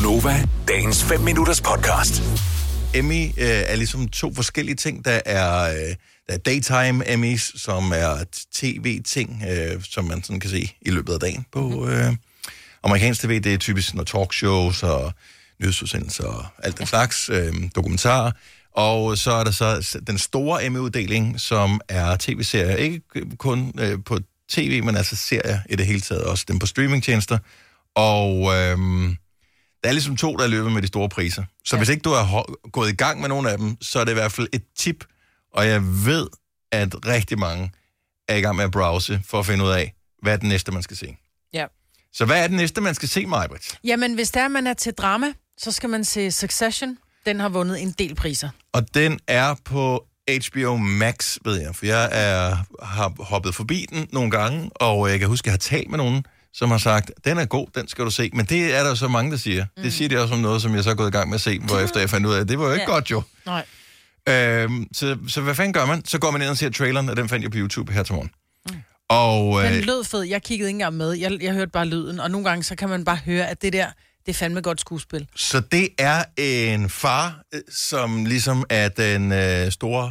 Gonova, dagens 5 minutters podcast. Emmy er ligesom to forskellige ting. Der er daytime Emmys, som er tv-ting, som man sådan kan se i løbet af dagen på amerikansk tv. Det er typisk noget talkshows og nyhedsudsendelser og alt den slags dokumentarer. Og så er der så den store Emmy-uddeling, som er tv-serier. Ikke kun på tv, men altså serier i det hele taget. Også dem på streamingtjenester. Og der er ligesom to, der løber med de store priser. Så hvis ikke du er gået i gang med nogle af dem, så er det i hvert fald et tip. Og jeg ved, at rigtig mange er i gang med at browse for at finde ud af, hvad er det næste, man skal se. Ja. Så hvad er det næste, man skal se, Maj-Brit? Jamen, hvis der man er til drama, så skal man se Succession. Den har vundet en del priser. Og den er på HBO Max, ved jeg. For jeg har hoppet forbi den nogle gange, og jeg kan huske, at jeg har talt med nogen, som har sagt, den er god, den skal du se. Men det er der jo så mange, der siger. Det siger de også om noget, som jeg så er gået i gang med at se, hvorefter jeg fandt ud af, at det var jo ikke godt jo. Nej. Så hvad fanden gør man? Så går man ind og ser traileren, og den fandt jeg på YouTube her til morgen. Og, den lød fed. Jeg kiggede ikke engang med. Jeg hørte bare lyden, og nogle gange så kan man bare høre, at det der, det er fandme godt skuespil. Så det er en far, som ligesom er den store...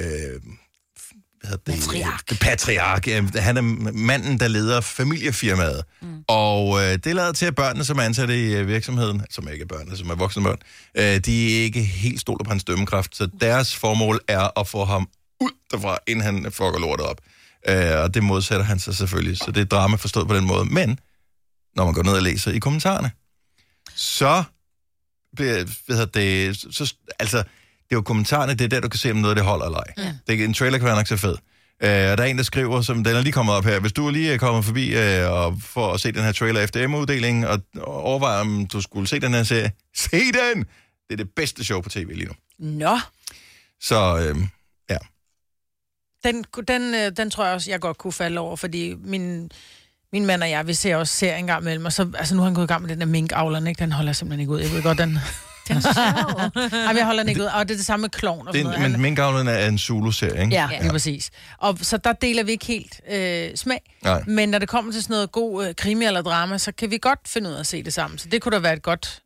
Patriark. Han er manden, der leder familiefirmaet. Og det lader til, at børnene, som er ansatte i virksomheden, som ikke er børnene, som er voksne børn, de er ikke helt stoler på hans dømmekraft. Så deres formål er at få ham ud derfra, inden han fucker lortet op. Og det modsætter han sig selvfølgelig. Så det er drama forstået på den måde. Men, når man går ned og læser i kommentarerne, så det er jo kommentarerne, det er der, du kan se, om noget det holder eller ej. Ja. Det er en trailer kan være nok så fed. Og der er en, der skriver, som den er lige kommet op her. Hvis du lige er kommet forbi og for at se den her trailer efter Emmy-uddelingen, og overvejer, om du skulle se den her serie, se den! Det er det bedste show på tv lige nu. Nå. Så, ja. Den tror jeg også, jeg godt kunne falde over, fordi min mand og jeg, vi ser også serier en gang imellem, og så, altså nu har han gået i gang med den der minkavleren, ikke? Den holder simpelthen ikke ud. Jeg ved godt, den er sjov. Nej, jeg holder den ikke ud. Og det er det samme med klovn og sådan noget. Men minkavleren er en Zulu-serie, ikke? Ja, lige præcis. Og så der deler vi ikke helt smag. Nej. Men når det kommer til sådan noget god krimi eller drama, så kan vi godt finde ud af at se det sammen. Så det kunne da være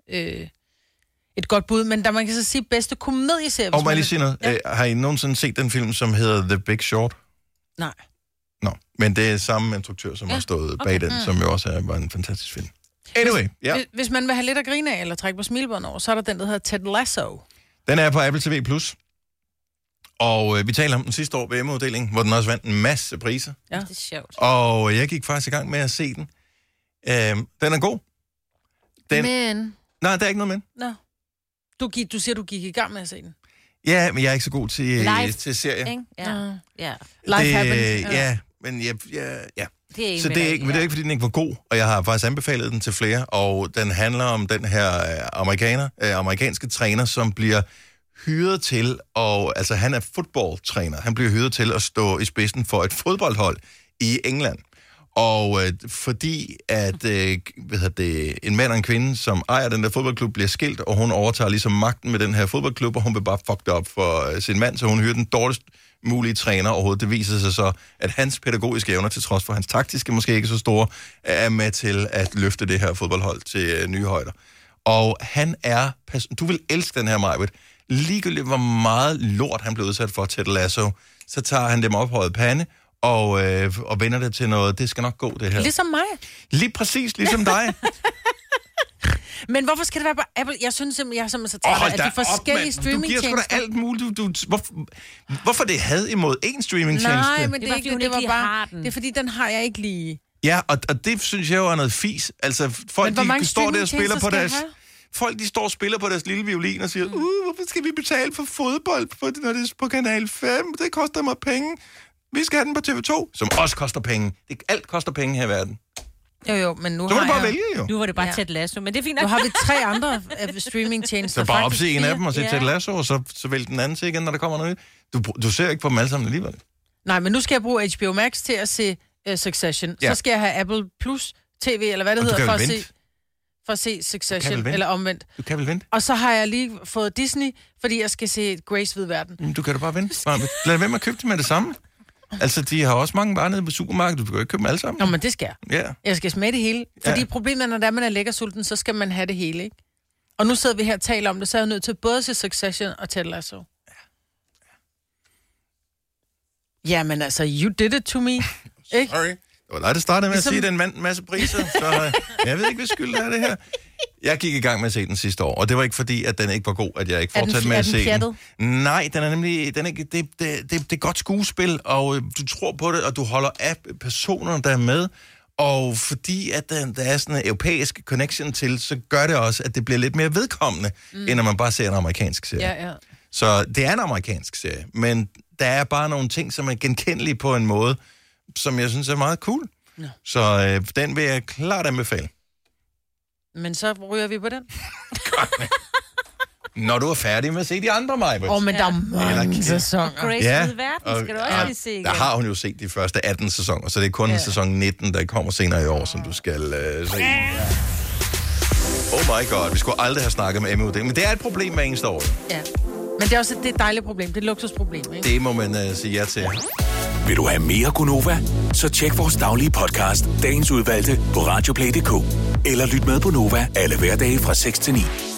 et godt bud. Men der man kan så sige bedste komedieserie. Og må jeg lige sige noget? Ja. Har I nogensinde set den film, som hedder The Big Short? Nej. Nå, men det er samme instruktør, som har stået bag den, som jo også var en fantastisk film. Anyway, hvis man vil have lidt at grine af, eller trække på smilebåndet over, så er der den, der hedder Ted Lasso. Den er på Apple TV+. Og vi talte om den sidste år ved Emmy-uddelingen, hvor den også vandt en masse priser. Ja, det er sjovt. Og jeg gik faktisk i gang med at se den. Den er god. Men? Nej, der er ikke noget men. Nå. Du siger, du gik i gang med at se den. Ja, men jeg er ikke så god til serier. Ja. Life happens. Ja, men ja. Så det er ikke fordi den ikke var god, og jeg har faktisk anbefalet den til flere, og den handler om den her amerikanske træner, som bliver hyret til, og altså han er fodboldtræner, han bliver hyret til at stå i spidsen for et fodboldhold i England. Og fordi at en mand og en kvinde, som ejer den der fodboldklub, bliver skilt, og hun overtager ligesom magten med den her fodboldklub, og hun vil bare fuck det op for sin mand, så hun hyrer den dårligst mulige træner overhovedet. Det viser sig så, at hans pædagogiske evner, til trods for hans taktiske måske ikke så store, er med til at løfte det her fodboldhold til nye højder. Og han er... Du vil elske den her, Maj-Brit. Ligegyldigt hvor meget lort han blev udsat for Ted Lasso, så tager han dem op højde pande, og vender det til noget, det skal nok gå, det her. Ligesom mig. Lige præcis, ligesom dig. Men hvorfor skal det være på Apple? Jeg synes simpelthen, jeg er simpelthen så træt af de forskellige streamingtjenester. Du giver sgu da alt muligt. Hvorfor det had imod én streamingtjeneste? Nej, men det er ikke det var bare... Det er fordi, den har jeg ikke lige... Ja, og det synes jeg jo er noget fis. Altså, folk de står der og spiller på deres... Folk, de står og spiller på deres lille violin og siger, hvorfor skal vi betale for fodbold, når det er på Kanal 5? Det koster mig penge. Vi skal have den på TV2, som også koster penge. Alt koster penge her i verden. Jo, men nu så har du bare vælge, jo. Nu var det bare Ted Lasso, men det er fint. Nu har vi 3 andre streamingtjenester. Så bare opse en af dem og se Ted Lasso, og så vælg den anden til igen, når der kommer noget. Du ser ikke på dem alle sammen alligevel. Nej, men nu skal jeg bruge HBO Max til at se Succession. Ja. Så skal jeg have Apple Plus TV, eller hvad det hedder, for at se Succession, eller omvendt. Du kan vel vente. Og så har jeg lige fået Disney, fordi jeg skal se Grace ved verden. Du kan da bare vente. Lad være med at købe det med det samme. Altså, de har også mange varer nede på supermarkedet. Du kan jo ikke købe dem alle sammen. Nå, men det skal jeg. Ja. Jeg skal smage det hele. Fordi problemet er, når man er lækker sulten, så skal man have det hele, ikke? Og nu sidder vi her og taler om det, så er jeg nødt til både at se Succession og Ted Lasso. Jamen altså, you did it to me. Ikke? Sorry. Det var dig, der startede med at sige, at den vandt en masse priser, så jeg ved ikke, hvad skyld er det her. Jeg gik i gang med at se den sidste år, og det var ikke fordi, at den ikke var god, at jeg ikke fortsatte med at se den. Nej, den er nemlig, det er godt skuespil, og du tror på det, og du holder af personerne, der er med, og fordi at der er sådan en europæisk connection til, så gør det også, at det bliver lidt mere vedkommende, end når man bare ser en amerikansk serie. Ja. Så det er en amerikansk serie, men der er bare nogle ting, som er genkendelige på en måde, som jeg synes er meget cool. Ja. Så den vil jeg klart anbefale. Men så ryger vi på den. Når du er færdig med at se de andre, Majbert. Men der er mange sæsoner. Grace Verden skal du også lige se igen. Der har hun jo set de første 18 sæsoner, så det er kun sæson 19, der kommer senere i år, som du skal se. Oh my god, vi skulle aldrig have snakket med MUD, men det er et problem med eneste år. Ja, men det er også et dejligt problem, det er et luksusproblem, ikke? Det må man sige ja til. Vil du have mere Gunova? Så tjek vores daglige podcast, Dagens Udvalgte, på radioplay.dk. Eller lyt med på Nova alle hverdage fra 6 til 9.